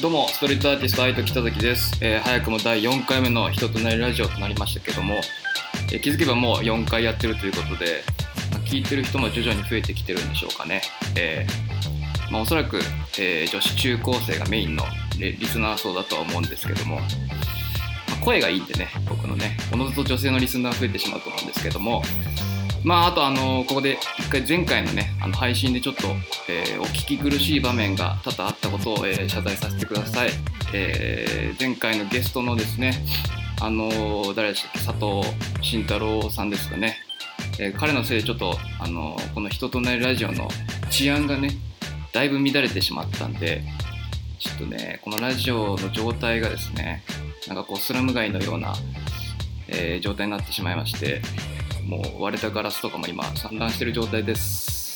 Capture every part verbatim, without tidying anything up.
どうもストリートアーティスト愛と北崎です、えー、早くもだいよんかいめの人となりラジオとなりましたけども、えー、気づけばもうよんかいやってるということで、まあ、聞いてる人も徐々に増えてきてるんでしょうかね。えーまあ、おそらく、えー、女子中高生がメインのリスナー層だとは思うんですけども、まあ、声がいいんでね、僕のねおのずと女性のリスナー増えてしまうと思うんですけども、まあ、あとあのここで一回前回のねあの配信でちょっと、えー、お聞き苦しい場面が多々あったことを、えー、謝罪させてください。えー、前回のゲストのですねあの誰でしたっけ、佐藤慎太郎さんですかね、えー、彼のせいでちょっとあのこの人となりラジオの治安がねだいぶ乱れてしまったんで、ちょっとねこのラジオの状態がですねなんかこうスラム街のような、えー、状態になってしまいまして、もう割れたガラスとかも今散乱してる状態です。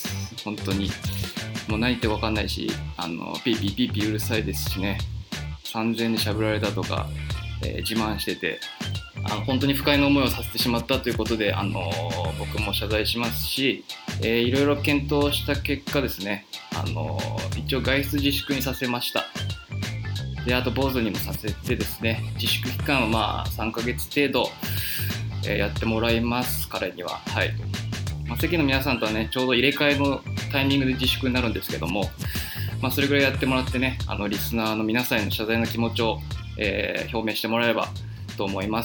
本当にもう何言ってか分かんないし、あのピーピーピーピーうるさいですしね、さんぜんえんでしゃぶられたとか、えー、自慢してて、あの本当に不快な思いをさせてしまったということで、あのー、僕も謝罪しますし、えー、いろいろ検討した結果ですね、あのー、一応外出自粛にさせました。であと坊主にもさせてですね、自粛期間はまあさんかげつ程度やってもらいます。彼には、はい、まあ、席の皆さんとはねちょうど入れ替えのタイミングで自粛になるんですけども、まあ、それぐらいやってもらってね、あのリスナーの皆さんへの謝罪の気持ちを、えー、表明してもらえればと思います。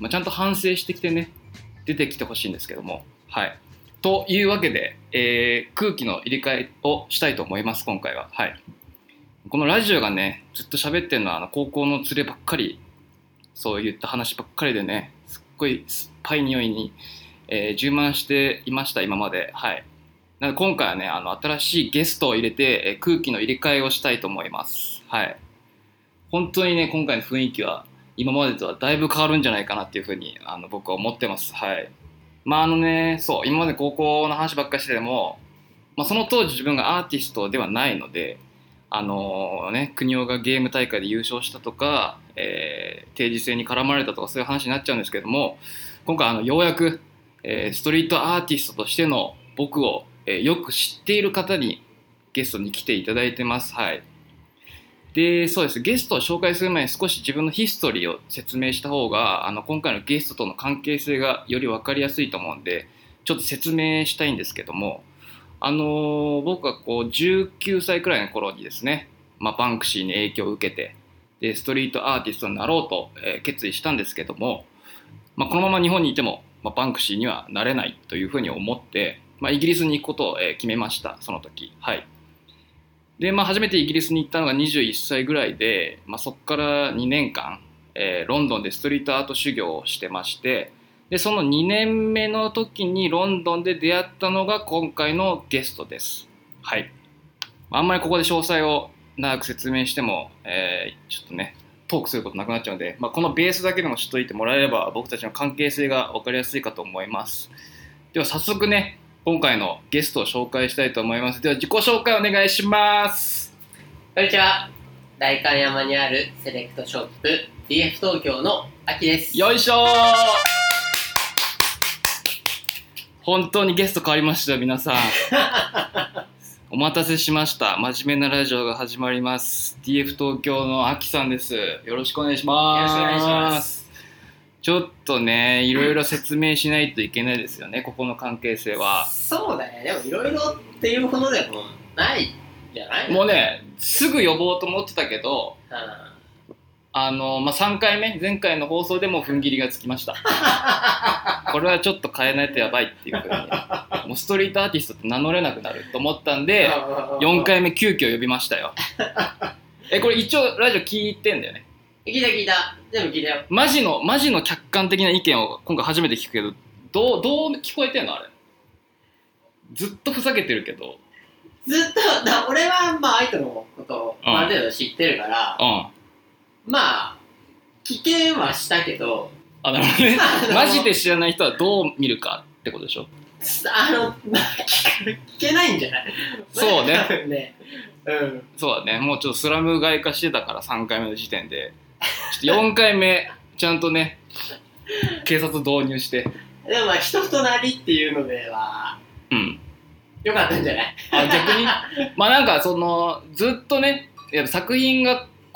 まあ、ちゃんと反省してきてね出てきてほしいんですけども、はい、というわけで、えー、空気の入れ替えをしたいと思います。今回は、はい、このラジオがねずっと喋ってるのはあの高校の連ればっかり、そういった話ばっかりでね、すっごい酸っぱい匂いに、えー、充満していました今まで。はい、なので今回はねあの新しいゲストを入れて、えー、空気の入れ替えをしたいと思います。はい、本当にね今回の雰囲気は今までとはだいぶ変わるんじゃないかなっていうふうにあの僕は思ってます。はい、まああのねそう今まで高校の話ばっかりしてても、まあ、その当時自分がアーティストではないので、あのーね、国尾がゲーム大会で優勝したとか、えー、定時制に絡まれたとかそういう話になっちゃうんですけども、今回あのようやく、えー、ストリートアーティストとしての僕を、えー、よく知っている方にゲストに来ていただいてます。はい、でそうです、ゲストを紹介する前に少し自分のヒストリーを説明した方があの今回のゲストとの関係性がより分かりやすいと思うんで、ちょっと説明したいんですけども、あのー、僕はこうじゅうきゅうさいくらいの頃にですね、まあ、バンクシーに影響を受けてでストリートアーティストになろうと、えー、決意したんですけども、まあ、このまま日本にいても、まあ、バンクシーにはなれないというふうに思って、まあ、イギリスに行くことを、えー、決めました。その時、はいでまあ、初めてイギリスに行ったのがにじゅういっさいぐらいで、まあ、そこからにねんかん、えー、ロンドンでストリートアート修行をしてまして、でそのにねんめの時にロンドンで出会ったのが今回のゲストです。はい、あんまりここで詳細を長く説明しても、えー、ちょっとねトークすることなくなっちゃうので、まあ、このベースだけでも知っといてもらえれば僕たちの関係性が分かりやすいかと思います。では早速ね今回のゲストを紹介したいと思います。では自己紹介お願いします。 こんにちは、代官山にあるセレクトショップ ディーエフ 東京のあきです。 よいしょー。本当にゲスト変わりましたよ皆さんお待たせしました。真面目なラジオが始まります。 ディーエフ 東京のあきさんです。よろしくお願いします。 よろしくお願いします。 ちょっとねいろいろ説明しないといけないですよねここの関係性は。 そうだね、でもいろいろっていうほどでもないじゃない。 もうねすぐ呼ぼうと思ってたけど、うん、あのまあ、さんかいめ前回の放送でも踏ん切りがつきましたこれはちょっと変えないとやばいっていう風にもうストリートアーティストって名乗れなくなると思ったんでよんかいめ急遽呼びましたよえこれ一応ラジオ聞いてんだよね。 聞いた聞いた、全部聞いたよ。 マジのマジの客観的な意見を今回初めて聞くけど、どうどう聞こえてんのあれ。ずっとふざけてるけど。 ずっとだ俺はまあ相手のことをある程度知ってるから、うん、まあ聞けはしたけど、 あなるほどねマジで知らない人はどう見るかってことでしょ。 あの、まあ、聞けないんじゃない。 そうね多分ね、うん、 そうだね。もうちょっとスラム街化してたからさんかいめの時点でちょっとよんかいめちゃんとね警察導入して。 でもまあ人となりっていうのではうんよかったんじゃない。 あ逆にまあなんかそのずっとねやっぱ作品が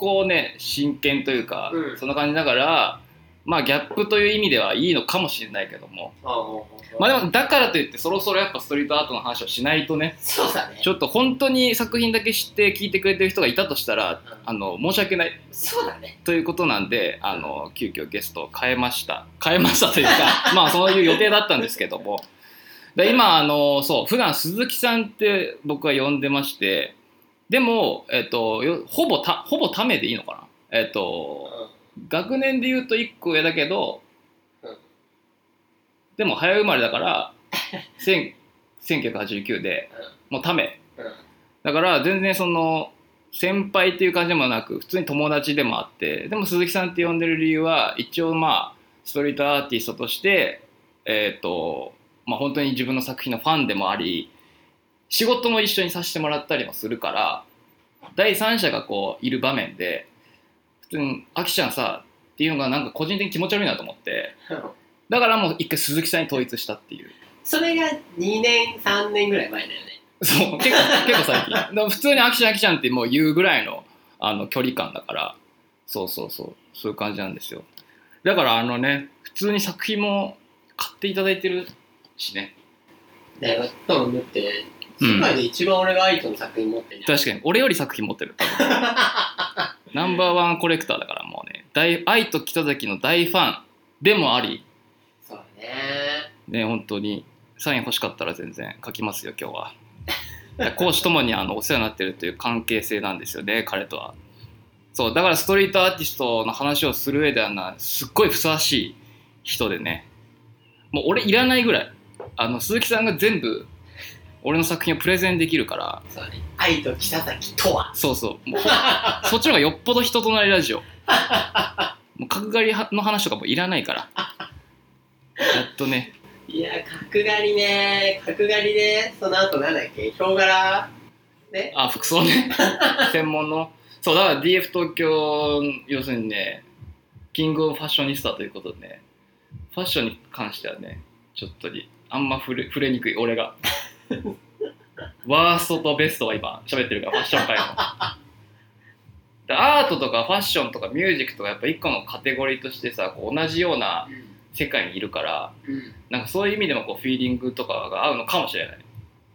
構ね真剣というか、 うん、 そんな感じだからまあギャップという意味ではいいのかもしれないけども、まあでもだからといってそろそろやっぱストリートアートの話をしないとね、 そうだね、 ちょっと本当に作品だけ知って聞いてくれてる人がいたとしたら、うん、あの申し訳ない、 そうだね、 ということなんで、あの急遽ゲストを変えました変えましたというかまあそういう予定だったんですけども、で今あのそう普段鈴木さんって僕は呼んでまして、でも、えっと、ほぼたほぼためでいいのかな、えっと、うん、学年で言うといっこ上だけど、うん、でも早生まれだからせんきゅうひゃくはちじゅうきゅうで、うん、もうため、うん、だから全然その先輩っていう感じでもなく普通に友達でもあって、でも鈴木さんって呼んでる理由は一応まあストリートアーティストとしてえっとまあ本当に自分の作品のファンでもあり、仕事も一緒にさせてもらったりもするから、第三者がこういる場面で普通に「あきちゃんさ」っていうのがなんか個人的に気持ち悪いなと思って、だからもう一回鈴木さんに統一したっていう。 それがにねんさんねんぐらい前だよね。 そう結構結構最近だから普通に「あきちゃんあきちゃん」ってもう言うぐらいのあの距離感だから、そうそうそうそういう感じなんですよ。だからあのね普通に作品も買っていただいてるしね。 ね、多分だって世界で一番俺がアイトの作品持ってる、 うん、確かに俺より作品持ってる多分ナンバーワンコレクターだからもうね、大アイト北崎の大ファンでもあり、 そうねね本当にサイン欲しかったら全然書きますよ今日は講師ともにあのお世話になってるという関係性なんですよね彼とは。そうだからストリートアーティストの話をする上ではなすっごいふさわしい人でね、もう俺いらないぐらいあの鈴木さんが全部俺の作品をプレゼンできるから。 そうね、愛と北崎とはそうそうもうそっちの方がよっぽど人となりラジオもう角刈りの話とかもいらないからやっとね。 いや角刈りね角刈りでその後なんだっけヒョウ柄ね、 あ服装ね専門のそうだから ディーエフ 東京要するにねキングオブファッショニスタということでね、ファッションに関してはねちょっとあんま触れ、触れにくい俺がワーストとベストが今喋ってるからファッション界のアートとかファッションとかミュージックとかやっぱ一個のカテゴリーとしてさこう同じような世界にいるから、うん、なんかそういう意味でもこうフィーリングとかが合うのかもしれない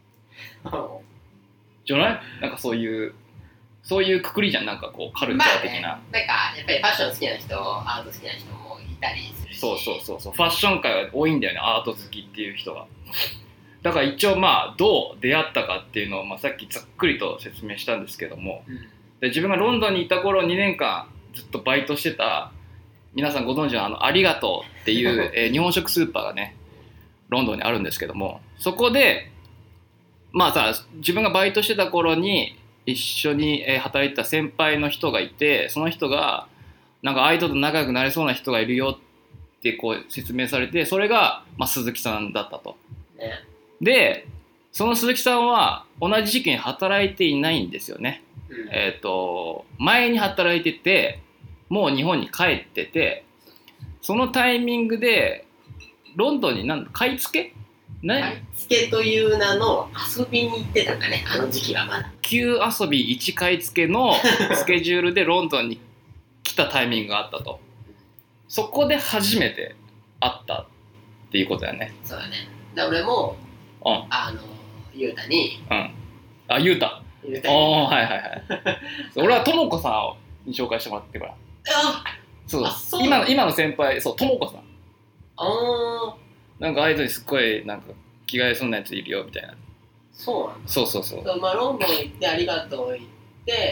じゃない？なんかそういうそういうくくりじゃん、なんかこうカルチャー的な、 まあね、なんかやっぱりファッション好きな人アート好きな人もいたりするし、 そうそうそうそうファッション界は多いんだよねアート好きっていう人が。だから一応まあどう出会ったかっていうのを、まあ、さっきざっくりと説明したんですけども、うん、で自分がロンドンにいた頃にねんかんずっとバイトしてた皆さんご存知のあのありがとうっていう、えー、日本食スーパーがねロンドンにあるんですけども、そこでまあさ自分がバイトしてた頃に一緒に働いてた先輩の人がいて、その人がなんかアイドルと仲良くなれそうな人がいるよってこう説明されて、それが、まあ、鈴木さんだったと、ね、でその鈴木さんは同じ時期に働いていないんですよね、うん、えっと前に働いててもう日本に帰ってて、そのタイミングでロンドンになん買い付け買い付けという名の遊びに行ってたんだね、あの時期はまだ。 旧遊びいち買い付けのスケジュールでロンドンに来たタイミングがあったと。そこで初めて会ったっていうことだよね。 そうだね。で俺も、うん、あのゆうたに、 うん、あゆうた、ゆうたに、おはいはいはい俺はともこさんに紹介してもらってから。 あそうあそう今の今の先輩そうともこさん。 あなんかアイドルにすっごいなんか着替えそうなやついるよみたいな。 そうなんだ。 そうそうそう。 まあロンドン行ってありがとう行って、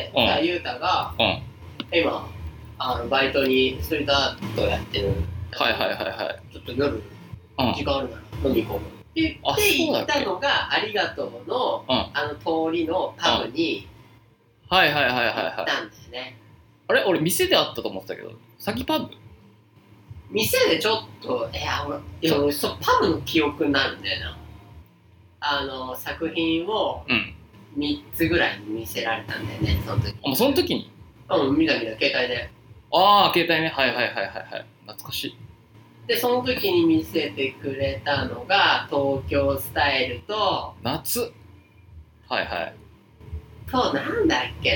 うん、ゆうたが、うん、今あのバイトにストリートアートやってる。 はいはいはいはい。 ちょっと夜、うん、時間あるなら飲み行こう。って言って行ったのがありがとうの、うん、あの通りのパブに、 うん、はいはいはいはいはい。 行ったんだよね。 あれ俺店で会ったと思ってたけど、先パブ？ 店でちょっといや俺でもそうパブの記憶になるんだよな。あの作品をみっつぐらい見せられたんだよね、その時。 あもうその時に？ うん見た見た携帯で。 ああ携帯ね、はいはいはいはいはい懐かしい。 でその時に見せてくれたのが東京スタイルと夏はいはいとなんだっけな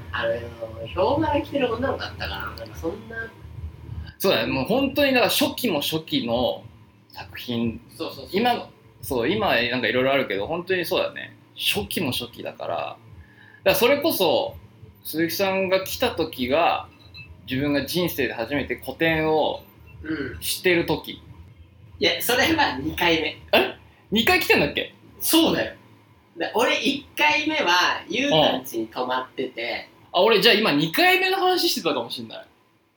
あのヒョウ柄着てる女の子だったかな、なんかそんな。 そうだね、もう本当にだから初期も初期の作品。 そうそうそうそう、 今そう今なんかいろいろあるけど本当にそうだね、初期も初期だから、だからそれこそ鈴木さんが来た時が自分が人生で初めて個展をしてる時、うん、 いやそれはにかいめ。 えにかい来てんだっけ？ そうだよ。で俺いっかいめはゆうたん家に泊まってて、 あ、俺じゃあ今にかいめの話してたかもしんない。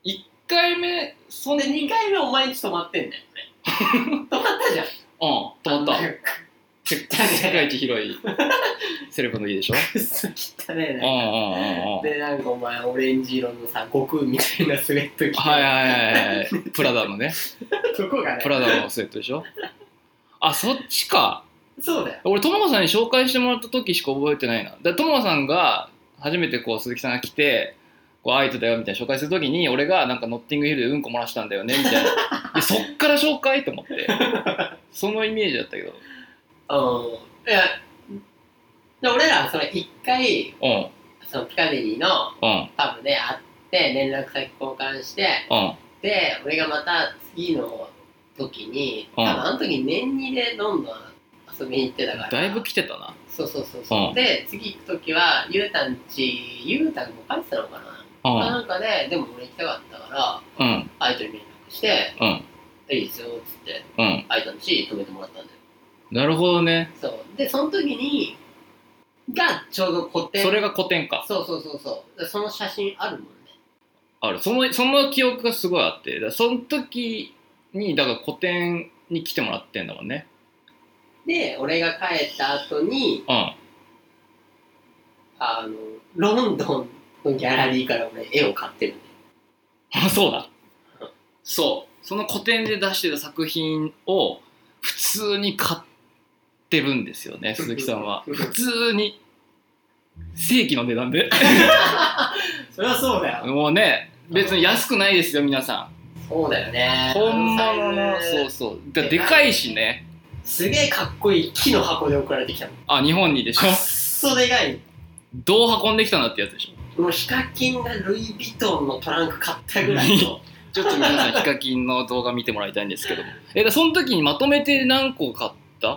いっかいめそんでにかいめお前ん家泊まってんだよね。泊まったじゃん。 うん泊まった。世界一広いセレブの家でしょ。 くそ汚ねえな。でなんかお前オレンジ色のさ悟空みたいなスウェット着て、 はいはいはいはいプラダのねそこがねプラダのスウェットでしょ。あ、そっちか。 そうだよ。 俺ともかさんに紹介してもらった時しか覚えてないな。でともかさんが初めてこう鈴木さんが来てこうアイトだよみたいな紹介する時に俺がなんかノッティングヒルでうんこ漏らしたんだよねみたいなでそっから紹介と思ってそのイメージだったけど、 うん、いやで俺らはそれいっかい、 うん、 そのピカデリーのパブで会って連絡先交換して、うん、で俺がまた次の時に多分あの時年にでどんどん遊びに行ってたからだいぶ来てたな。 そうそうそうそう、うん、で次行く時はゆうたんちゆうたんも帰ってたのかな、うん、なんかででも俺行きたかったから、うん、アイトに連絡して「うん、いいですよ」っつって、うん、アイトの家泊めてもらったんだよ。 なるほどね。 そうでその時にがちょうど個展。 それが個展か。 そうそうそうそうその写真あるもんね。 ある。そのその記憶がすごいあって、だその時にだから個展に来てもらってんだもんね。 で俺が帰った後に、 うん、 あのロンドンのギャラリーから俺絵を買ってるんだよ。 あ、そうだそうその個展で出してた作品を普通に買ってるんですよね鈴木さんは。普通に正規の値段でそりゃそうだよ。 もうね別に安くないですよ皆さん。 そうだよね。 本物のそうそうででかいしね。 すげえかっこいい木の箱で送られてきたの。 あ、日本にでしょ。くっそでかい。 どう運んできたんだってやつでしょ。もうヒカキンがルイ・ヴィトンのトランク買ったぐらいのちょっと皆さんヒカキンの動画見てもらいたいんですけどもえその時にまとめて何個買った？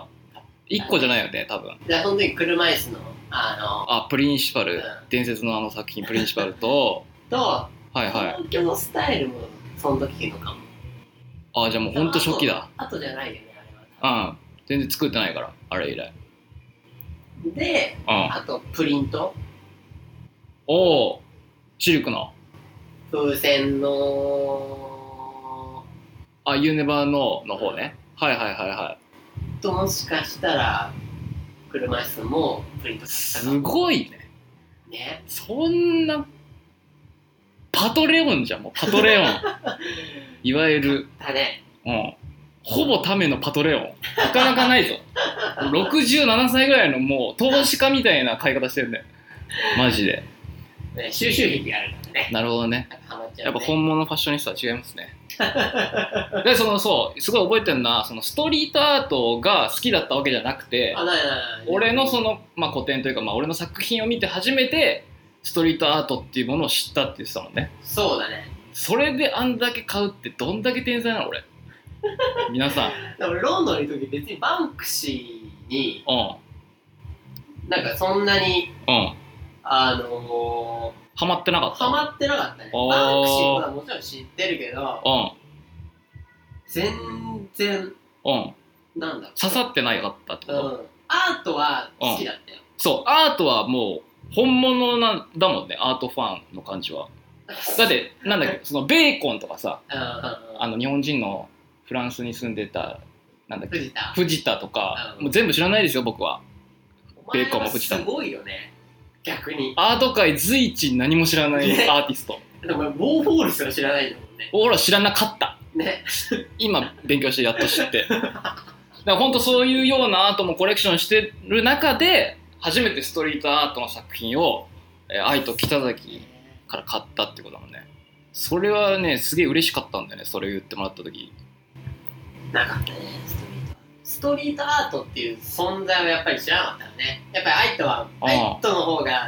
いっこじゃないよね多分。 じゃあその時車椅子のあのあプリンシパル、うん、伝説のあの作品プリンシパルととはいはい東京のスタイルもその時のかも。あじゃあもうほんと初期だ。 あとじゃないよねあれは。うん全然作ってないからあれ以来で、うん、あとプリント。 おおシルクの風船のあユーネバーノの方ね、うん、はいはいはいはいともしかしたら車椅子もプリントされたかも。 すごいね。 ねそんなパトレオンじゃんもうパトレオンいわゆるだね、 うんほぼためのパトレオンなかなかないぞろくじゅうななさいぐらいのもう投資家みたいな買い方してるんだよマジで、 ね、収集癖があるからね。 なるほどね。 や, ねやっぱ本物のファッショニスタは違いますねでそのそうすごい覚えてるのはそのストリートアートが好きだったわけじゃなくてあないないない俺のその、まあ、個展というか、まあ、俺の作品を見て初めてストリートアートっていうものを知ったって言ってたもんね。 そうだね。 それであんだけ買うってどんだけ天才なの俺皆さん。 だからロンドンにいる時別にバンクシーに、 うん、 なんかそんなに、 うん、 あのー、 ハマってなかった。 ハマってなかったね。バンクシーはもちろん知ってるけど、 うん、 全然、 うん、 なんだろう刺さってないかったってこと、うん、 アートは好きだったよ、 うん、そうアートはもう本物なんだもんねアートファンの感じはだってなんだっけそのベーコンとかさあの日本人のフランスに住んでたなんだっけ藤田藤田とか、うん、もう全部知らないですよ僕は。ベーコンも藤田もすごいよね逆に。 アート界随一何も知らないアーティスト、ね、 でもウォーホールすら知らないんだもんね。 ウォーホール知らなかったね今勉強してやっと知ってだから本当そういうようなアートもコレクションしてる中で初めてストリートアートの作品を愛と北崎から買ったってことだもんね。それはねすげえ嬉しかったんだよねそれを言ってもらった時。 なかったねストリートストリートアートっていう存在はやっぱり知らなかったよね。やっぱりアイトはアイトの方が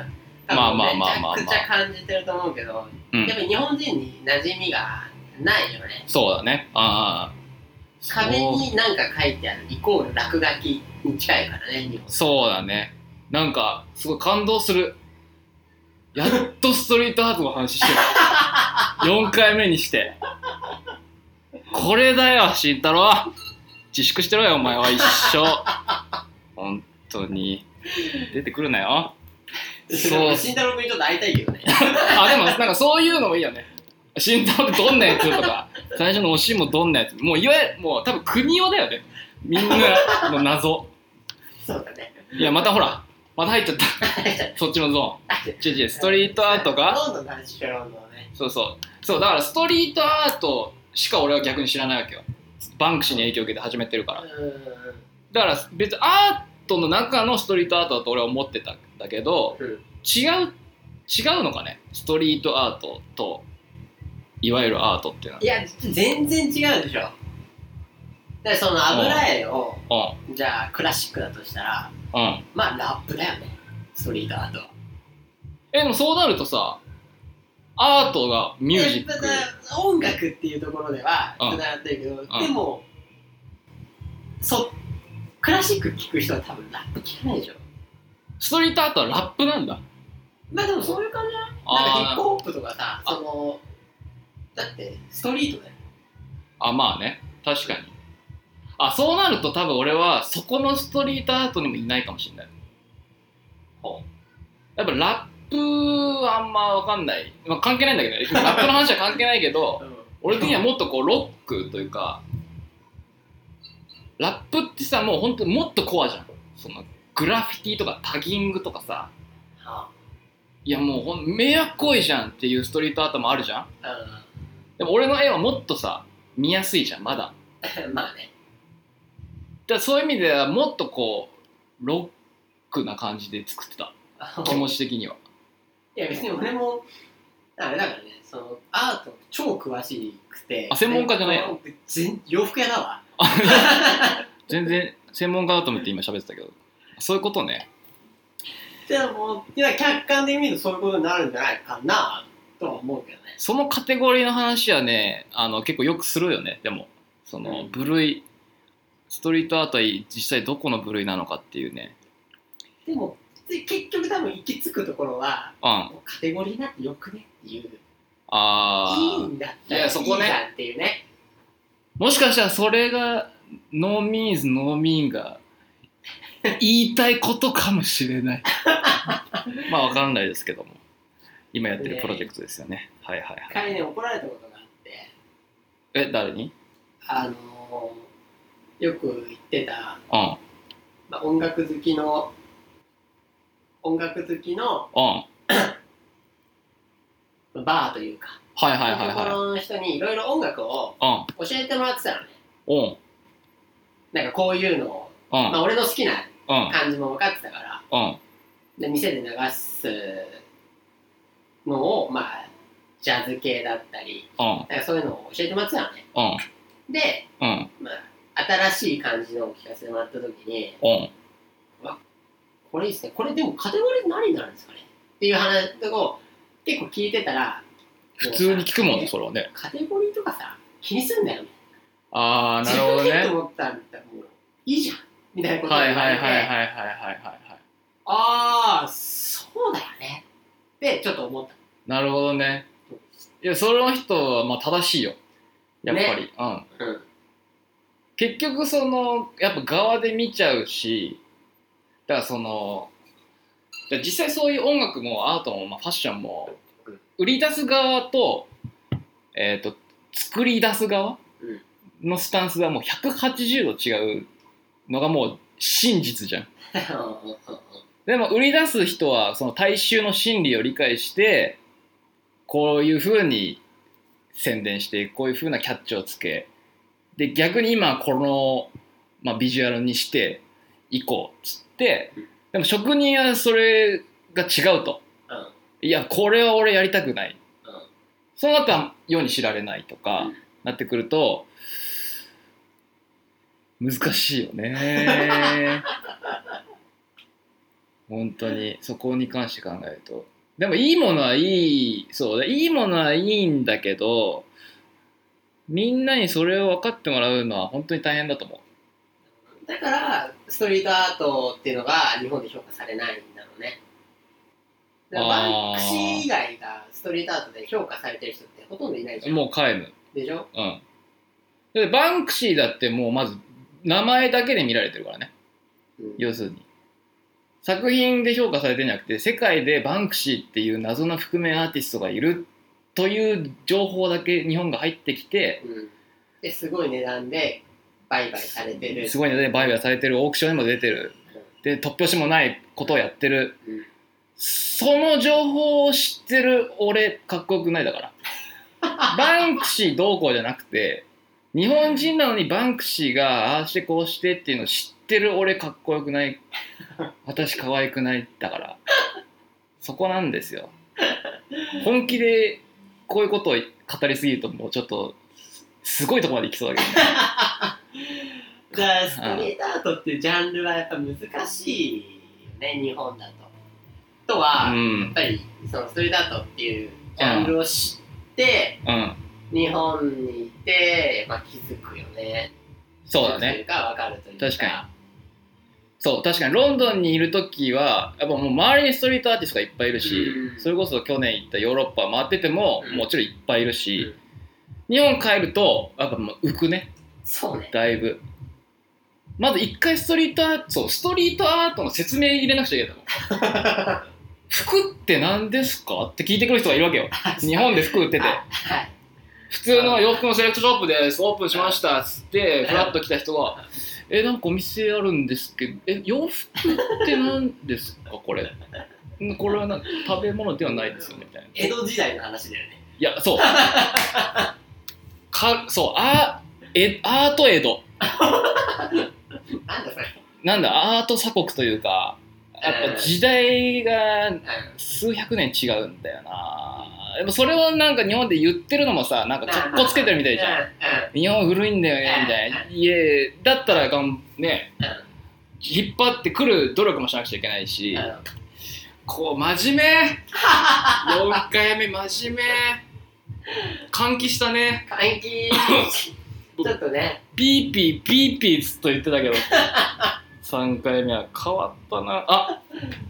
多まあ分めちまあまあまあまあゃくちゃ感じてると思うけど、 うんやっぱり日本人に馴染みがないよね。 そうだね。ああ壁に何か書いてあるイコール落書きに近いからね、日本。 そうだね。なんかすごい感動する。やっとストリートアートの話してる。よんかいめにしてこれだよ慎太郎、自粛してろよお前は一生。本当に出てくるなよ。 そう、慎太郎君にちょっと会いたいけどね。 あでもなんかそういうのもいいよね。慎太郎ってどんなやつとか、最初のおしんもどんなやつ、もういわゆるもう多分国をだよね、みんなの謎。 そうだね。 いやまたほらまた入っちゃったそっちのゾーン。違う違う、ストリートアートがどんどん話しようのね。 そうそうそう、だからストリートアートしか俺は逆に知らないわけよ。バンクシーに影響を受けて始めてるから。だから別にアートの中のストリートアートだと俺は思ってたんだけど、 うん、 違う違うのかね、ストリートアートといわゆるアートっていうのは。 いや全然違うでしょ。でその油絵を、うん、じゃあクラシックだとしたら、うん、まあラップだよね、ストリートアートは。 えでもそうなるとさ、アートがミュージック、 音楽っていうところではつながってるけど、うん、でもそクラシック聴く人は多分ラップ聴かないでしょ。 ストリートアートはラップなんだ。 まあでもそういう感じじゃない？なんかヒップホップとかさ、そのだってストリートだよ。 あまあね、確かに。あそうなると多分俺はそこのストリートアートにもいないかもしれない。ほう。やっぱラップはあんま分かんない、まあ、関係ないんだけどね、ラップの話は関係ないけど、うん、俺的にはもっとこうロックというか、ラップってさもう本当にもっとコアじゃん。そのグラフィティとかタギングとかさ、はあ、いやもうほん迷惑行為じゃんっていうストリートアートもあるじゃん、うん、でも俺の絵はもっとさ見やすいじゃんまだまあね。 だからそういう意味ではもっとこうロックな感じで作ってた気持ち的には。 いや別に俺もあれだからね、そのアート超詳しくて。 あ専門家じゃないの？ 洋服屋だわ全然専門家だと思って今喋ってたけど、そういうことね。 でもいや客観的に見るとそういうことになるんじゃないかなとは思うけどね。 そのカテゴリーの話はね、あの結構よくするよね。でもその部類、うん、ストリートアートは実際どこの部類なのかっていうね。 でも結局多分行き着くところは、うん、もうカテゴリーなんてよくねっていう。 あいいんだったらいいじゃんっていうね。 もしかしたらそれがノーミーズノーミーンが言いたいことかもしれないまあわかんないですけども、今やってるプロジェクトですよね。ねはいはいはい。 彼に怒られたことがあって。 え誰に？ あのー、よく言ってた、 うん、 まあ、音楽好きの音楽好きの、うん、バーというか、 はいはいはいはい、 ところの人にいろいろ音楽を教えてもらってたのね。 うん、 なんかこういうのを、うん、まあ俺の好きな感じも分かってたから、うん、で店で流すのをまあジャズ系だったり、うん、なんかそういうのを教えてもらってたのね。うん、で、うん、まあ新しい感じのを聞かせてもらった時に、うん、わこれいいですね。これでもカテゴリー何になるんですかねっていう話を結構聞いてたら、 普通に聞くもんねそれはね。 カテゴリーとかさ気にすんだよね。 ああなるほどね。 自分でと思ったらもういいじゃんみたいなことを言われて、はいはいはいはいはいはいはい。ああそうだよねってちょっと思った。 なるほどね。いやその人はまあ正しいよやっぱり、ね、うん、うん、結局そのやっぱ側で見ちゃうし、だからその実際そういう音楽もアートも、まあ、ファッションも売り出す側と、えーと作り出す側のスタンスがもうひゃくはちじゅうど違うのがもう真実じゃんでも売り出す人はその大衆の心理を理解してこういう風に宣伝してこういう風なキャッチをつけで逆に今この、まあ、ビジュアルにしていこうっつってでも職人はそれが違うと、うん、いやこれは俺やりたくない、うん、そうなったら世に知られないとか、うん、なってくると難しいよね本当にそこに関して考えるとでもいいものはいい、そういいものはいいんだけど、みんなにそれを分かってもらうのは本当に大変だと思う。 だからストリートアートっていうのが日本で評価されないんだろうね。だからバンクシー以外がストリートアートで評価されてる人ってほとんどいないじゃん。 もう皆無でしょ。 うん。でバンクシーだってもうまず名前だけで見られてるからね、うん、要するに作品で評価されてるんじゃなくて、世界でバンクシーっていう謎の覆面アーティストがいるという情報だけ日本が入ってきて、うん、 ですごい値段で売買されてる、 すごい値段で売買されてる、オークションにも出てる、うん、で突拍子もないことをやってる、うん、その情報を知ってる俺かっこよくない？だからバンクシーどうこうじゃなくて、日本人なのにバンクシーがああしてこうしてっていうのを知ってる俺かっこよくない？私可愛くない？だからそこなんですよ。本気でこういうことを語りすぎるともうちょっとすごいところまで行きそうだけどね。 だからストリートアートっていうジャンルはやっぱ難しいよね、日本だと。とは、うん、やっぱりそのストリートアートっていうジャンルを知って、うん、日本にいて、まあ、気づくよね。 そうだね。 というか分かるというか。 確かに。そう確かにロンドンにいるときはやっぱもう周りにストリートアーティストがいっぱいいるし、うん、それこそ去年行ったヨーロッパ回ってても、うん、もちろんいっぱいいるし、うん、日本帰るとやっぱもう浮くね。 そうね。 だいぶ。まず一回ストリートアート、そうストリートアートの説明入れなくちゃいけないの。服って何ですかって聞いてくる人がいるわけよ。日本で服売ってて。普通の洋服のセレクトショップですオープンしましたっつってフラッと来た人がえなんかお店あるんですけどえ洋服って何ですかこれこれはな食べ物ではないですよねみたいな。 江戸時代の話だよね。 いやそうかそうあえアート江戸なんだそれなんだアート鎖国というかやっぱ時代が数百年違うんだよな。でもそれをなんか日本で言ってるのもさなんかかっこつけてるみたいじゃん。日本古いんだよねみたいな。いえだったらがんね引っ張ってくる努力もしなくちゃいけないし、こう真面目よんかいめ真面目換気したね。 換気ちょっとねピーピーピーピーずっと言ってたけどさんかいめは変わったなあ。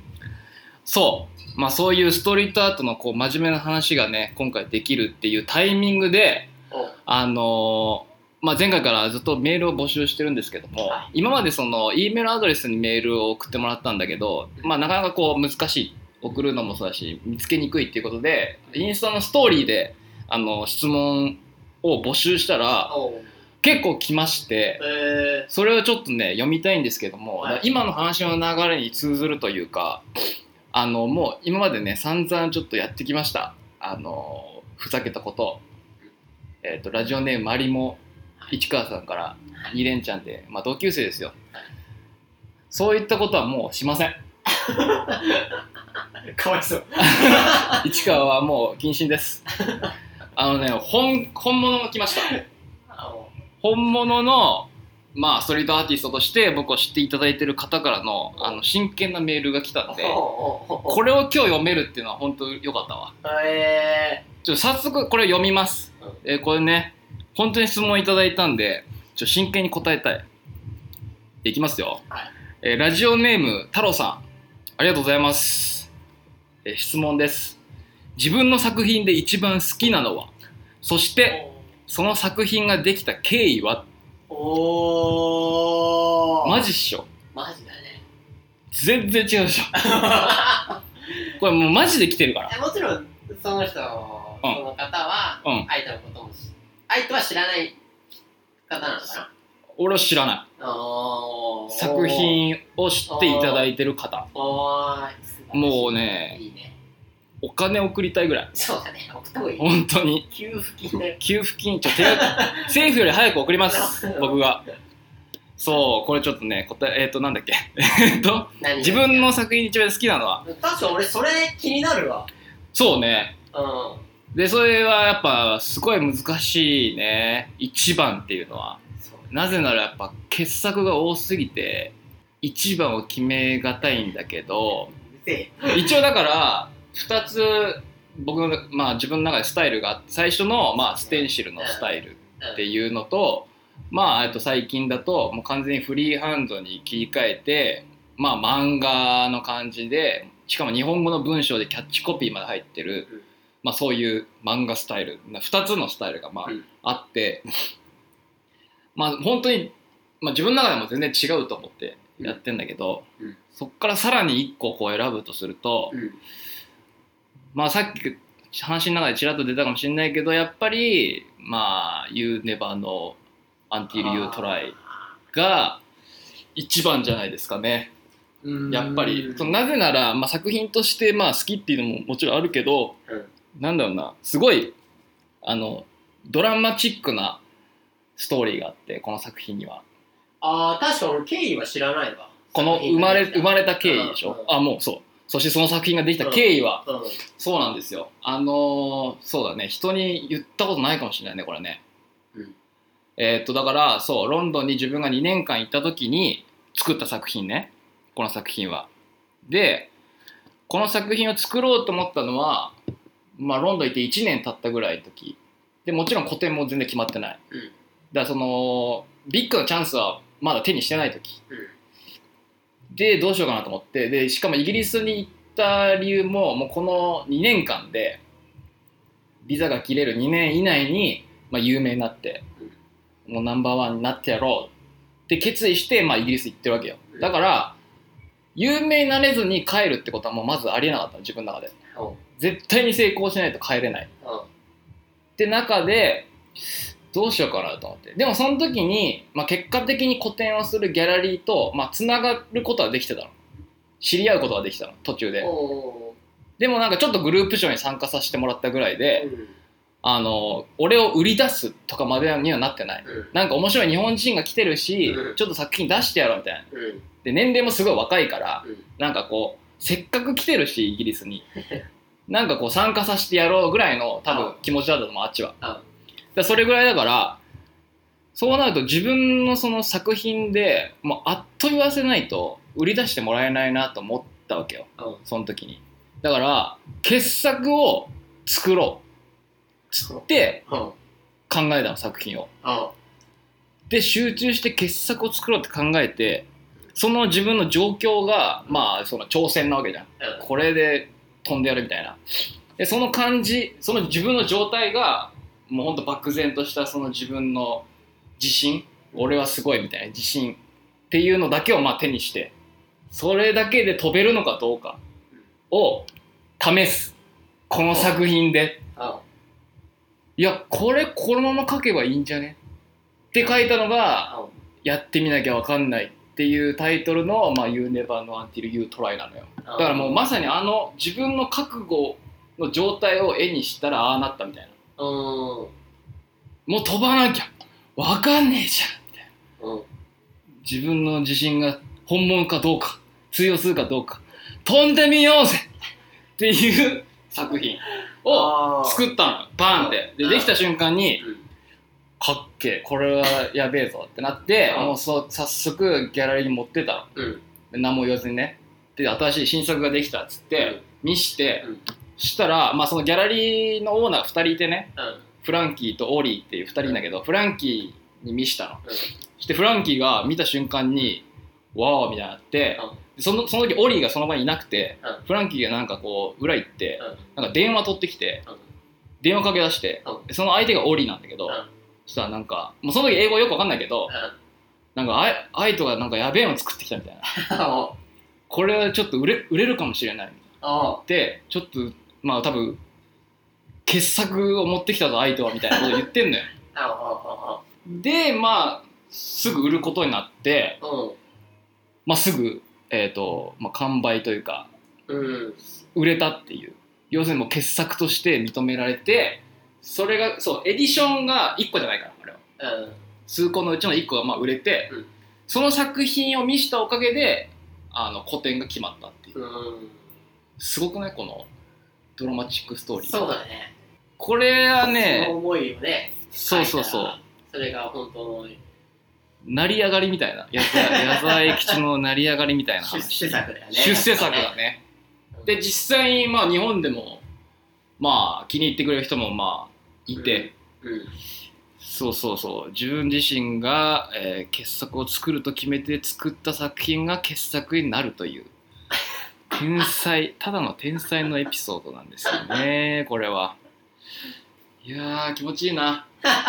そうまあそういうストリートアートのこう真面目な話がね今回できるっていうタイミングであのーまあ、前回からずっとメールを募集してるんですけども、今までその E メールアドレスにメールを送ってもらったんだけど、まあ、なかなかこう難しい送るのもそうだし見つけにくいっていうことでインスタのストーリーであの質問を募集したら結構来まして、えー、それをちょっとね読みたいんですけども、はい、今の話の流れに通ずるというかあのもう今までね散々ちょっとやってきました。あのふざけたこと、えーと、ラジオネームマリモ市川さんからに連チャンで、まあ、同級生ですよ。そういったことはもうしません。 かわいそう市川はもう謹慎です。あのね 本, 本物が来ました。本物の、まあ、ストリートアーティストとして僕を知っていただいている方から の, あの真剣なメールが来たんでこれを今日読めるっていうのは本当良かったわ。えー、ちょ早速これ読みます、えー、これね本当に質問いただいたんでちょ真剣に答えたい。いきますよ、はいえー、ラジオネーム太郎さんありがとうございます、えー、質問です。自分の作品で一番好きなのはそしてその作品ができた経緯は。おーマジっしょ。 マジだね。 全然違うでしょ。これもうマジで来てるから。 もちろんその人、うん、その方は、うん、相手のことも相手は知らない方なのかな。 俺は知らない。作品を知っていただいてる方。もうねいいねお金送りたいぐらい。 そうだね送った方がいい。 本当に給付金だよ。 給付金ちょっと政府より早く送ります僕が。そうこれちょっとね答ええっ、ー、となんだっけえっと自分の作品一番好きなのは確か俺それ気になるわ。 そうねうんでそれはやっぱすごい難しいね一番っていうのは。なぜならやっぱ傑作が多すぎて一番を決めがたいんだけど一応だからふたつ僕の、まあ、自分の中でスタイルがあって、最初の、まあ、ステンシルのスタイルっていうのと、まあ、あと最近だともう完全にフリーハンドに切り替えて、まあ、漫画の感じで、しかも日本語の文章でキャッチコピーまで入ってる、まあ、そういう漫画スタイル、ふたつのスタイルがまああって、まあ本当に、まあ、自分の中でも全然違うと思ってやってんだけど、そっからさらにいっここう選ぶとすると、まあさっき話の中でちらっと出たかもしれないけど、やっぱりまあ You Never Know Until You Try が一番じゃないですかね。やっぱりそのなぜなら、まあ、作品としてまあ好きっていうのももちろんあるけど、うん、なんだろうな、すごいあのドラマチックなストーリーがあって、この作品には。 ああ、確か俺経緯は知らないわ。 この生まれ生まれた経緯でしょ、うんうん、あもうそう、そしてその作品ができた経緯は、うんうん、そうなんですよ。あのー、そうだね、人に言ったことないかもしれないねこれね、うん、えー、っとだからそうロンドンに自分がにねんかん行った時に作った作品ね、この作品は。でこの作品を作ろうと思ったのは、まあ、ロンドン行っていちねん経ったぐらいの時で、もちろん個展も全然決まってない、うん、だからそのビッグなチャンスはまだ手にしてない時、うん、でどうしようかなと思って、でしかもイギリスに行った理由ももうこのにねんかんでビザが切れるにねん以内に、まあ、有名になって、うん、もうナンバーワンになってやろうって決意して、まあ、イギリス行ってるわけよ。だから有名になれずに帰るってことはもうまずありえなかった、自分の中で。絶対に成功しないと帰れないって中でどうしようかなと思って、でもその時に、まあ、結果的に個展をするギャラリーと、まあ、つながることはできてたの、知り合うことができたの途中で。でもなんかちょっとグループショーに参加させてもらったぐらいで、うん、あの俺を売り出すとかまでにはなってない、うん、なんか面白い日本人が来てるし、うん、ちょっと作品出してやろうみたいな、うん、で年齢もすごい若いから、うん、なんかこうせっかく来てるしイギリスになんかこう参加させてやろうぐらいの多分気持ちだったと思う、あっちは。だそれぐらいだから、そうなると自分のその作品でもうあっと言わせないと売り出してもらえないなと思ったわけよ、その時に。だから傑作を作ろうつって考えたの、作品を。で集中して傑作を作ろうって考えて、その自分の状況がまあその挑戦なわけじゃん、うん、これで飛んでやるみたいな。でその感じ、その自分の状態がもうほんと漠然としたその自分の自信、俺はすごいみたいな自信っていうのだけをまあ手にして、それだけで飛べるのかどうかを試す、この作品で。いやこれこのまま書けばいいんじゃねって書いたのがやってみなきゃ分かんないっていうタイトルの、まあ、You Never Know Until You Try なのよ。だからもうまさにあの自分の覚悟の状態を絵にしたらああなったみたいな。もう飛ばなきゃ分かんねえじゃんみたいな。自分の自信が本物かどうか通用するかどうか飛んでみようぜっていう作品を作ったのよ、バーンって。でできた瞬間に、うん、かっけえこれはやべえぞってなって、もうそ早速ギャラリーに持ってたの、うん、で何も言わずにね。で新しい新作ができたっつって、うん、見して、うん、したら、まあ、そのギャラリーのオーナーふたりいてね、うん、フランキーとオリーっていうふたりいんだけど、うん、フランキーに見したの、うん、そしてフランキーが見た瞬間にワーみたいになって、うん、そのその時オリーがその場にいなくて、うん、フランキーがなんかこう裏行って、うん、なんか電話取ってきて、うん、電話かけ出して、うん、その相手がオリーなんだけど、うん、そしたらなんかもうその時英語よくわかんないけど、うん、なんかアイアイトがなんかやべえの作ってきたみたいなこれはちょっと売れ、売れるかもしれないで、ちょっとまあ多分傑作を持ってきたぞアイトはみたいなこと言ってんのよでまあすぐ売ることになって、うん、まあすぐ、えーとまあ、完売というか、うん、売れたっていう、要するにもう傑作として認められて、それがそうエディションがいっこじゃないからあれは、うん、数個のうちのいっこがまあ売れて、うん、その作品を見したおかげであの個展が決まったっていう、うん、すごくないこのドラマチックストーリー。 そうだね、 これはね、 その思いをね、 そうそうそう、 それが本当の成り上がりみたいな、矢沢永吉の成り上がりみたいな話。 出世作だよね。 出世作だね。 で実際にまあ日本でもまあ気に入ってくれる人もまあいて、 うんうん、 そうそうそう自分自身が、えー、傑作を作ると決めて作った作品が傑作になるという天才ただの天才のエピソードなんですよねこれは。いやー気持ちいいな。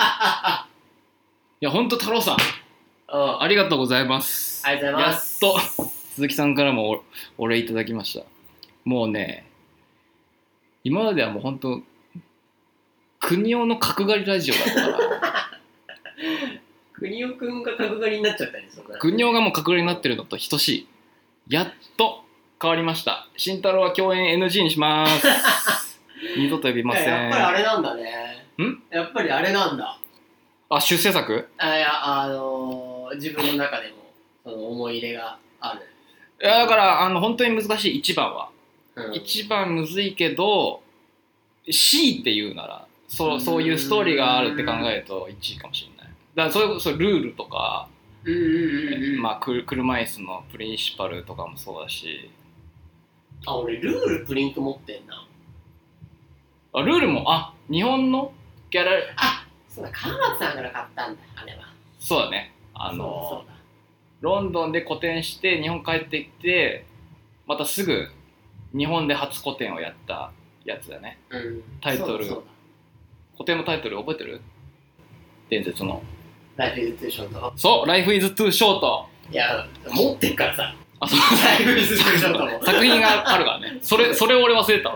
いやほんと太郎さんありがとうございます。 ありがとうございます。 やっと鈴木さんからもお礼いただきました。もうね今まではもうほんと国尾の角刈りラジオだったから国尾くんが角刈りになっちゃったんですよ。 国尾がもう角刈りになってるのと等しい。やっと変わりました。慎太郎は共演 エヌジー にします二度と呼びません。 やっぱりあれなんだね。 んやっぱりあれなんだ。 あ出世作。 あいやあのー、自分の中でもその思い入れがある。 いやだからあの本当に難しい。いちばんは、 うん、 いちばんむずいけど シー って言うならそう、そういうストーリーがあるって考えるといちいかもしれない。だからそれこそルールとか、 うんうんうんうん、 まあ車椅子のプリンシパルとかもそうだし。 あ俺ルールプリント持ってんな。 あルールもあ日本のギャラリー。 あそうだ川松さんから買ったんだあれは。 そうだね。あのそうだそうだロンドンで個展して日本帰ってきてまたすぐ日本で初個展をやったやつだね、 うん、 タイトルそうだ個展のタイトル覚えてる？伝説の Life is too short。 そう Life is too short。 いや持ってっからさあそう Life is too short も作品があるからね。それそれ俺忘れてたわ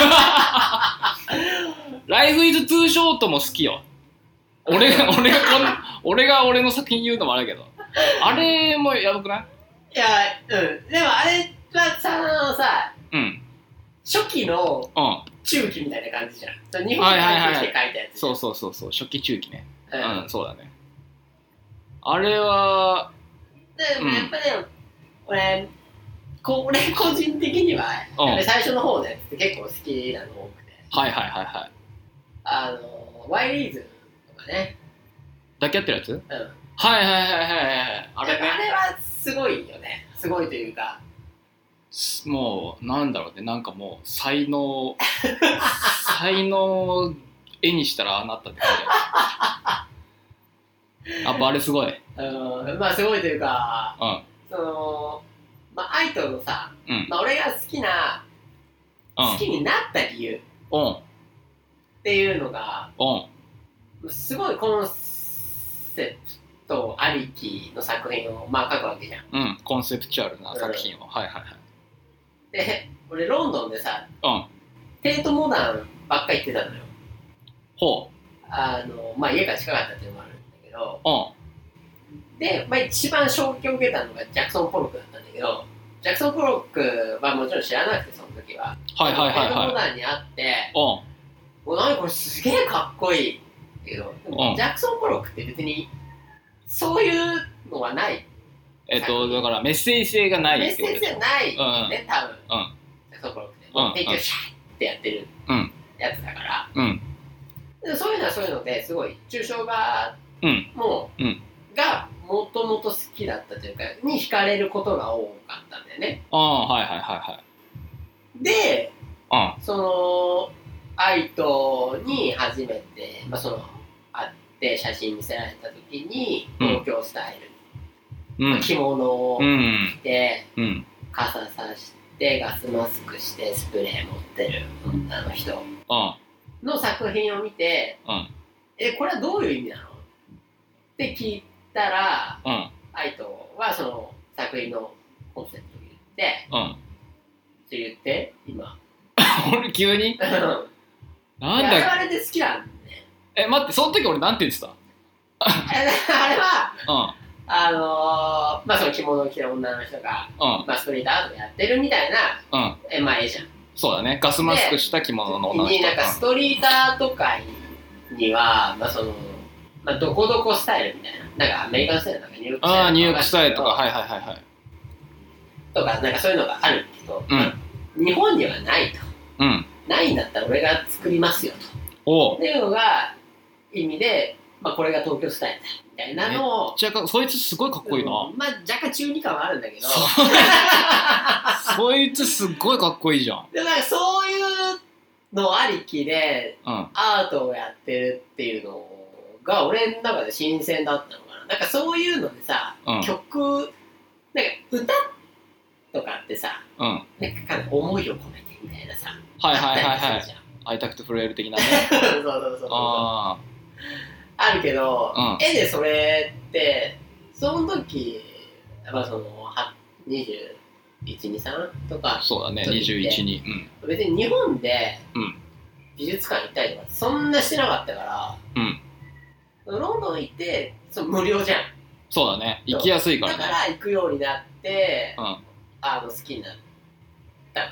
Life is too short も好きよ。俺が俺がこん俺が俺の作品言うのもあれだけどあれもやばくない？ いやうんでもあれはさあのさ、 うん、 初期の中期みたいな感じじゃん。日本に帰ってきて書いたやつ。 そうそうそうそう初期中期ね。 うん、 うん、そうだね。あれはでもやっぱね、うん、俺こ俺個人的には、うん、最初の方のやつって結構好きなの多くて。 はいはいはいはい。 あのワイリーズとかね。 だけやってるやつ？うん。はいはいはいはいはい。あれね。 あれはすごいよね。すごいというか。 もうなんだろうねなんかもう才能才能を絵にしたらああなったって感じやっぱあれすごい。 うんまあすごいというか、 うん、 そのまあアイドルのさ、 うんまあ、俺が好きな、うん、好きになった理由っていうのが、うん、すごいコンセプトありきの作品をまあ書くわけじゃん。 うん、コンセプチュアルな作品を、うん、はいはいはい。 で、俺ロンドンでさ、 うん、 テートモダンばっか行ってたのよ。 ほう。 あの、まあ家が近かったっていうのもあるんだけど、 うん、 で、まあ一番衝撃を受けたのがジャクソン・ポロックだったんだけど、ジャクソン・ポロックはもちろん知らなくて、その時は。 はいはいはいはい。 テートモダンに会って、うん、お、何これすげえかっこいいっていうけど、でもジャクソン・ポロックって別にそういうのはない。 えっと、だからメッセージ性がないってことです。 メッセージ性ないね、多分。 うん。 ジャクソン・ポロックって。もう提供シャーってやってるやつだから。 うん。 でそういうのはそういうのですごい、抽象画も、 うん。 がもともと好きだったというか、に惹かれることが多かったんだよね。 ああ、はいはいはいはい。 で、 あその、アイトに初めて、まあその、会って写真見せられた時に、東京スタイル、うんまあ、着物を着て、 うん、 傘さして、ガスマスクして、スプレー持ってる女の人の作品を見て、 うん、 え、これはどういう意味なのって聞いたら、 うん、 アイトはその作品のコンセプトを言って、 うん、 って言って、今。 俺急になんだっけあれで好きなんだね。 え、待って、その時俺なんて言ってたあれは、 うん、 あのー、まあその着物を着た女の人が、うんまあ、ストリートアートやってるみたいな、 うんえまあ、絵じゃん。 そうだね、ガスマスクした着物の女の人。 なんかストリートアート界には、まあその、まあ、どこどこスタイルみたいな、なんかアメリカンスタイルなんかニューヨークスタイルとか。 ああ、ニューヨークスタイルとか、はいはいはいはい。 とか、なんかそういうのがあるけど、 うんまあ、日本にはないと。 うん。 ないんだったら俺が作りますよと。 おっていうのが意味で、まあ、これが東京スタイルだたいなのをじゃあそいつすごいかっこいいな、 うん、まあ若干中二感はあるんだけどそいつすっごいかっこいいじゃん。 でもなんかそういうのありきで、 うん、 アートをやってるっていうのが俺の中で新鮮だったのかな。なんかそういうのでさ、うん、曲なんか歌とかってさ、うん、なんかかなり思いを込めてみたいなさ、 はいはいはいはい、会いたくて震える的なねそうそうそうそう、ああるけど、うん、絵でそれってその時やっぱそのにじゅういち、にじゅうさんとかそうだねにじゅういちに、 うん、別に日本で美術館行ったりとかそんなしてなかったから、うん、ロンドン行ってその無料じゃん。 そうだね、行きやすいからね。 だから行くようになって、うん、あの好きになったから、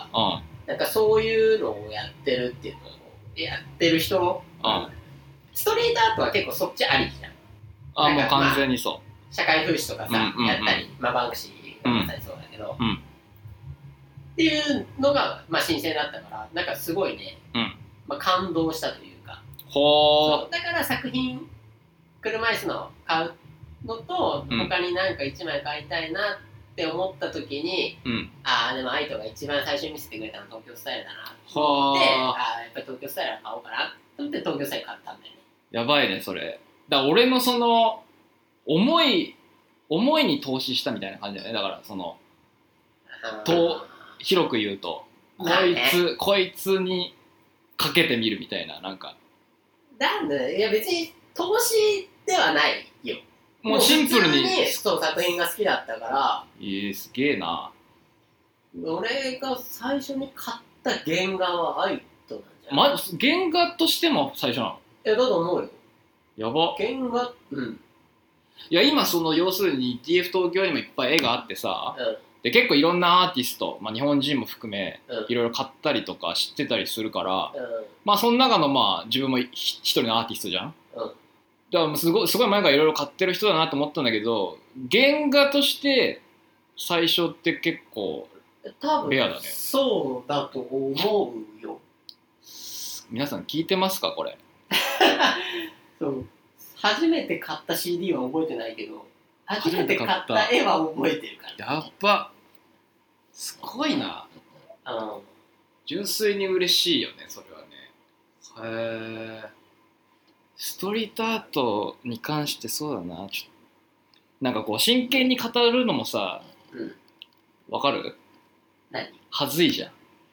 うん、なんかそういうのをやってるっていうのをやってる人、うん、ストリートアートは結構そっちありじゃん。 あ、もう完全にそう、まあ、社会風刺とかさ、うんうんうん、やったり、まあ、バンクシーがやったりそうだけど、うん、っていうのが、まあ、新鮮だったからなんかすごいね、うん、まあ、感動したというか、 ほー、だから作品車椅子の買うのと、うん、他に何かいちまい買いたいなって思った時に、うん、ああでもアイトが一番最初に見せてくれたの東京スタイルだなと思って、ああやっぱり東京スタイル買おうかなと思って東京スタイル買ったんだよね。 やばいねそれ。だから俺のその思い思いに投資したみたいな感じだよね。だからそのと広く言うとこいつ、ね、こいつにかけてみるみたいな、なんかなんでいや別に投資ではないよ。 もうシンプルにそう作品が好きだったから。 えー、すげえな。 俺が最初に買った原画はアイトなんじゃない？ ま、原画としても最初なの？ いやだと思うよ。 やば。 原画、うん。 いや今その要するに ティーエフ 東京にもいっぱい絵があってさ、うん、で結構いろんなアーティスト、まあ、日本人も含め、うん、いろいろ買ったりとか知ってたりするから、うん、まあその中のまあ自分も一人のアーティストじゃん。うんだからすごい、すごい前からいろいろ買ってる人だなと思ったんだけど、原画として最初って結構レアだね。 そうだと思うよ。 皆さん聞いてますかこれそう初めて買った シーディー は覚えてないけど初めて買った絵は覚えてるから。 やっばすごいな。うん、純粋に嬉しいよねそれはね。へえ。ストリートアートに関してそうだな、ちょなんかこう真剣に語るのもさ、うん、わかる？ 何？ はずいじゃん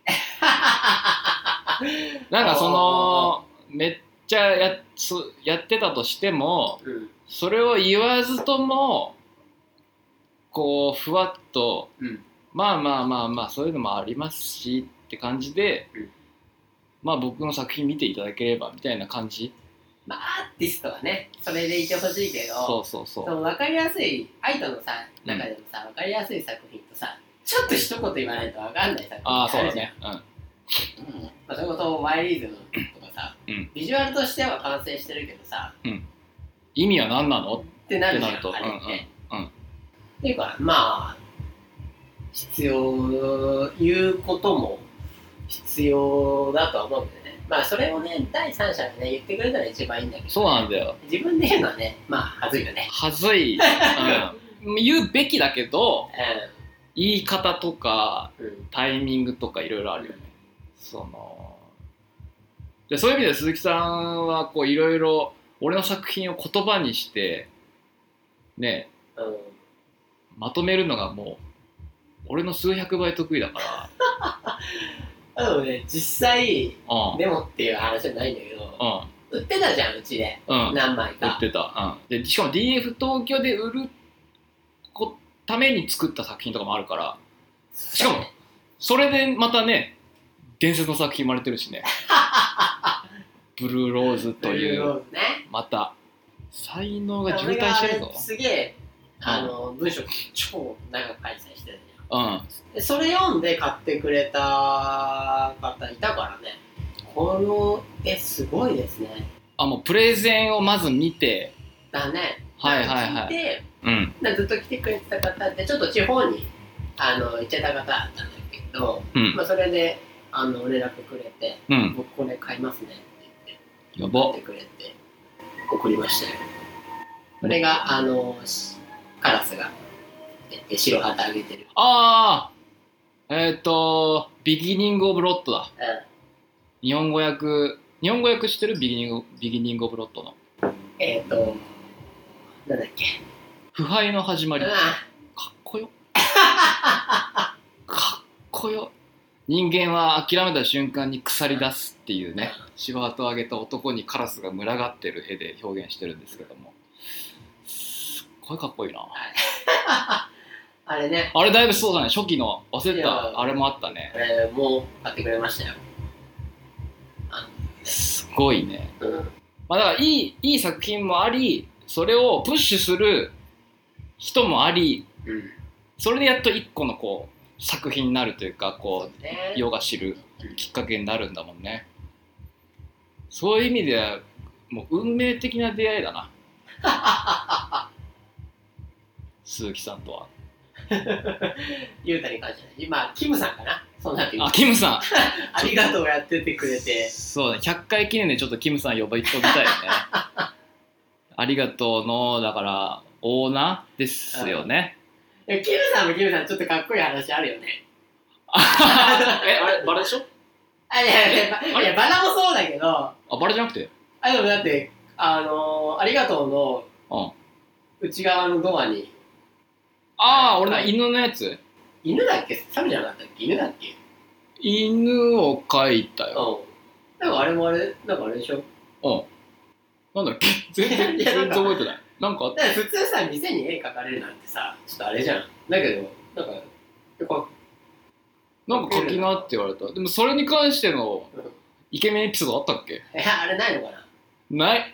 なんかそのめっちゃ や, やってたとしても、うん、それを言わずともこうふわっと、うん、まあまあまあまあそういうのもありますしって感じで、うん、まあ僕の作品見ていただければみたいな感じ。 まあアーティストはねそれでいてほしいけど、 そうそうそう、 その分かりやすいアイドのさ中でもさ、うん、分かりやすい作品とさちょっと一言言わないと分かんない作品あるじゃん。ああそうだね、うんうんまあ、それこそワイリーズムとかさ、うん、ビジュアルとしては完成してるけどさ、うん、 意味は何なのってなるじゃんあれって、うんうんうん、っていうかまあ必要言うことも必要だとは思うんだよね。まあそれをね第三者がね言ってくれたら一番いいんだけど、ね、 そうなんだよ。 自分で言うのはねまあはずいよね。 はずい、うん、言うべきだけど、うん、言い方とか、うん、タイミングとかいろいろあるよね、うん、そのでそういう意味で鈴木さんはこういろいろ俺の作品を言葉にしてね、うん、まとめるのがもう俺の数百倍得意だからあのね、実際、うん、デモっていう話じゃないんだけど、うん、売ってたじゃん、うちで、うん、何枚か。 売ってた、うん、でしかも ディーエフ 東京で売るために作った作品とかもあるから、しかもそれでまたね伝説の作品生まれてるしねブルーローズという、ね、また才能が渋滞してるぞ。 すげえあの、うん、文章超長く開催してる。うん、でそれ読んで買ってくれた方いたからね。この絵すごいですね。 あもうプレゼンをまず見てだね。 はいはいはい。 聞いて、うん、ずっと来てくれてた方ってちょっと地方にあの行っちゃった方だったんだけど、うん、まあ、それであの連絡くれて、うん、僕これ買いますねって言ってやばってくれて送りましたよ。 これがあのカラスが出て白旗あげてる。 ああえっ、ー、とビギニングオブロッドだ、 うん、 日本語訳日本語訳してるビギニングビギニングオブロッドのえっ、ー、となんだっけ、 腐敗の始まり、 うん、 かっこよかっこよ、人間は諦めた瞬間に腐り出すっていうね、白旗を上げた男にカラスが群がってる絵で表現してるんですけども、すっごいかっこいいなあれね、 あれだいぶそうだね、初期の忘れたあれもあったね。 あれもう買ってくれましたよ。 すごいね、 うん、 まあ、だからいい、いい作品もあり、それをプッシュする人もあり、 うん、 それでやっと一個のこう作品になるというか、こう、ね、世が知るきっかけになるんだもんね。そういう意味ではもう運命的な出会いだな鈴木さんとはゆうたに関しては今キムさんかな、そんなあ、キムさんありがとうやっててくれて、 そうね、ひゃっかい記念でちょっとキムさん呼ばれてみたいよねありがとうのだからオーナーですよね。 キムさんもキムさんちょっとかっこいい話あるよねえ、あれバラでしょ。 あ、いやいやいや、いやバラもそうだけど、 あ、バラじゃなくて、 あ、でもだってあのー、ありがとうの内側のドアに、 ああ、俺の犬のやつ、 犬だっけ、サメじゃなかったっけ、犬だっけ、 犬を描いたよ。 うん、なんかあれもあれ、なんかあれでしょ。 うん、なんだっけ、全然全然覚えてない。なんか、 だから普通さ、店に絵描かれるなんてさ、ちょっとあれじゃん。だけど、なんか、こなんか書きなって言われた。でもそれに関してのイケメンエピソードあったっけ？ いや、あれないのかな。 ない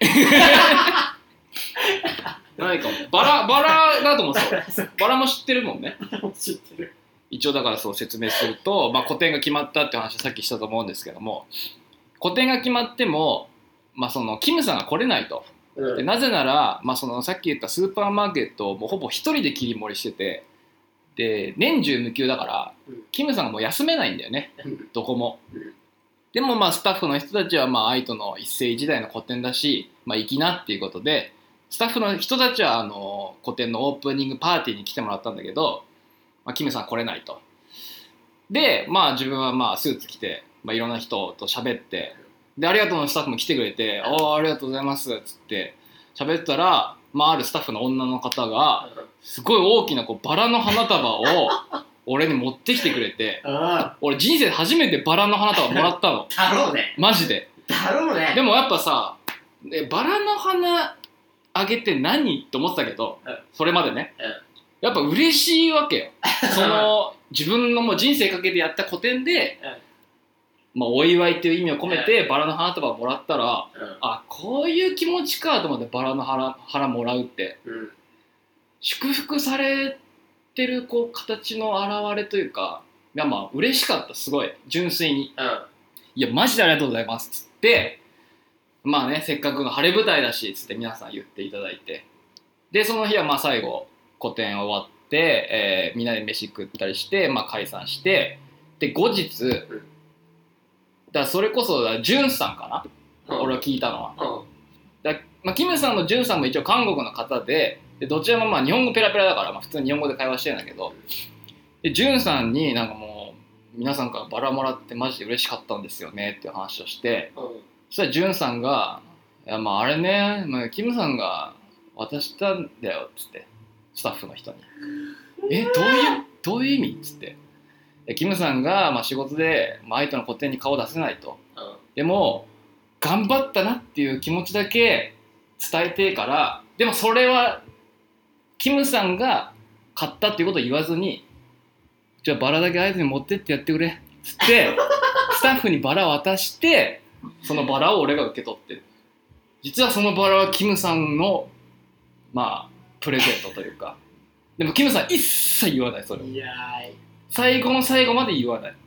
ないかも。バラ、バラだと思う。バラも知ってるもんね。 知ってる。 一応だからそう説明すると、まあ、個展が決まったって話はさっきしたと思うんですけども、個展が決まっても、まあ、そのキムさんが来れないと。 うん、 でなぜなら、まあ、そのさっき言ったスーパーマーケットをもうほぼ一人で切り盛りしてて、で年中無休だから、うん、キムさんがもう休めないんだよね、うん、どこも、うん、でもまあスタッフの人たちはまあ愛との一世一代の個展だし、まあ、行きなっていうことでスタッフの人たちはあの個展のオープニングパーティーに来てもらったんだけど、まあ、キムさん来れないと。でまあ自分はまあスーツ着て、まあ、いろんな人と喋って、でありがとうのスタッフも来てくれて、ああありがとうございますっつって喋ったら、まあ、あるスタッフの女の方がすごい大きなこうバラの花束を俺に持ってきてくれて俺人生で初めてバラの花束もらったの。 だろうね、 マジでだろうね。 でもやっぱさ、バラの花あげて何って思ってたけど、うん、それまでね、うん、やっぱ嬉しいわけよその自分のもう人生かけてやった個展で、うんまあ、お祝いっていう意味を込めてバラの花束をもらったら、うん、あ、こういう気持ちかと思ってバラの 花, 花もらうって、うん、祝福されてるこう形の表れというか、いやまあ嬉しかった、すごい純粋に、うん、いやマジでありがとうございますっつって、まあねせっかくの晴れ舞台だしっつって皆さん言っていただいて、でその日はまあ最後個展終わって、えー、みんなで飯食ったりして、まあ、解散して、で後日、うんだからそれこそジュンさんかな、うん、俺は聞いたのは、うんだまあ、キムさんもジュンさんも一応韓国の方 で, でどちらもまあ日本語ペラペラだから、まあ、普通に日本語で会話してるんだけど、でジュンさんになんかもう皆さんからバラもらってマジで嬉しかったんですよねっていう話をして、うん、そしたらジュンさんがいやまああれね、まあ、キムさんが渡したんだよっつってスタッフの人にえどういうどういう意味っつってキムさんがまあ仕事で愛との個展に顔を出せないと、うん、でも頑張ったなっていう気持ちだけ伝えてから、でもそれはキムさんが買ったっていうことを言わずに、じゃあバラだけ愛に持ってってやってくれっつってスタッフにバラを渡して、そのバラを俺が受け取って、実はそのバラはキムさんのまあプレゼントというか、でもキムさん一切言わない、それを。いやー最後の最後まで言わない。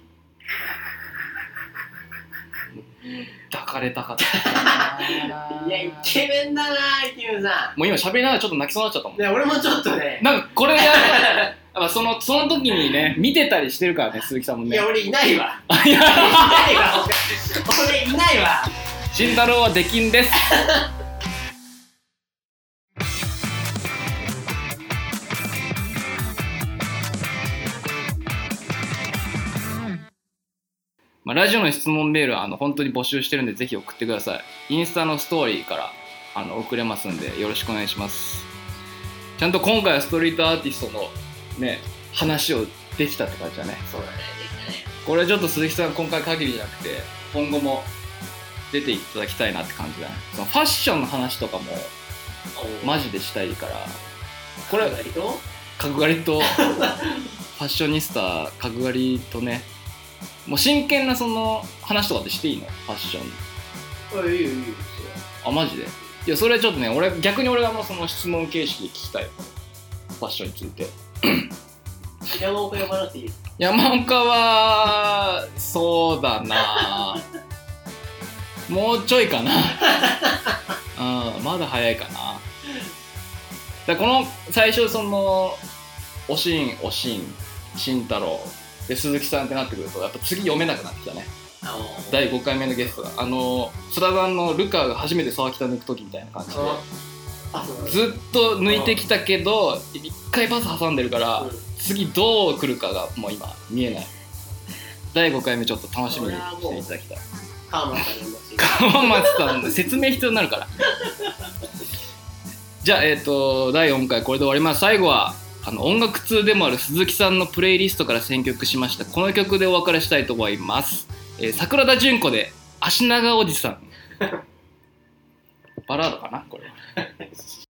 抱かれたかったいやイケメンだなキムさん。もう今喋りながらちょっと泣きそうになっちゃったもん。 いや俺もちょっとね、 なんかこれやっぱそのその時にね見てたりしてるからね、鈴木さんもね。 いや俺いないわいやいないわ俺いないわ。 慎太郎は出禁ですまあ、ラジオの質問メールはあの本当に募集してるんでぜひ送ってください。インスタのストーリーからあの送れますんでよろしくお願いします。ちゃんと今回はストリートアーティストのね話をできたって感じだね。 そうだね、できたね。 これちょっと鈴木さん今回限りじゃなくて今後も出ていただきたいなって感じだね。そのファッションの話とかもマジでしたいから、これ角刈りと角刈りとファッショニスタ角刈りとね、もう真剣なその話とかってしていいの？ファッション。 あ、いいよいいよ。 あ、マジで？いやそれちょっとね、俺逆に俺はもうその質問形式で聞きたい。ファッションについて。 山岡呼ばなくていい？ 山岡はそうだなもうちょいかなうん、まだ早いかな。だこの最初そのおしんおしん慎太郎で鈴木さんってなってくるとやっぱ次読めなくなってきたね。だいごかいめのゲストがあのスラダンのルカが初めて沢北抜く時みたいな感じでずっと抜いてきたけど一回パス挟んでるから、うん、次どう来るかがもう今見えない。だいごかいめちょっと楽しみにしていただきたい。 川松さん川松さん説明必要になるからじゃあ、えーと、だいよんかいこれで終わります。最後はあの音楽通でもある鈴木さんのプレイリストから選曲しましたこの曲でお別れしたいと思います。えー、桜田淳子で足長おじさんバラードかなこれ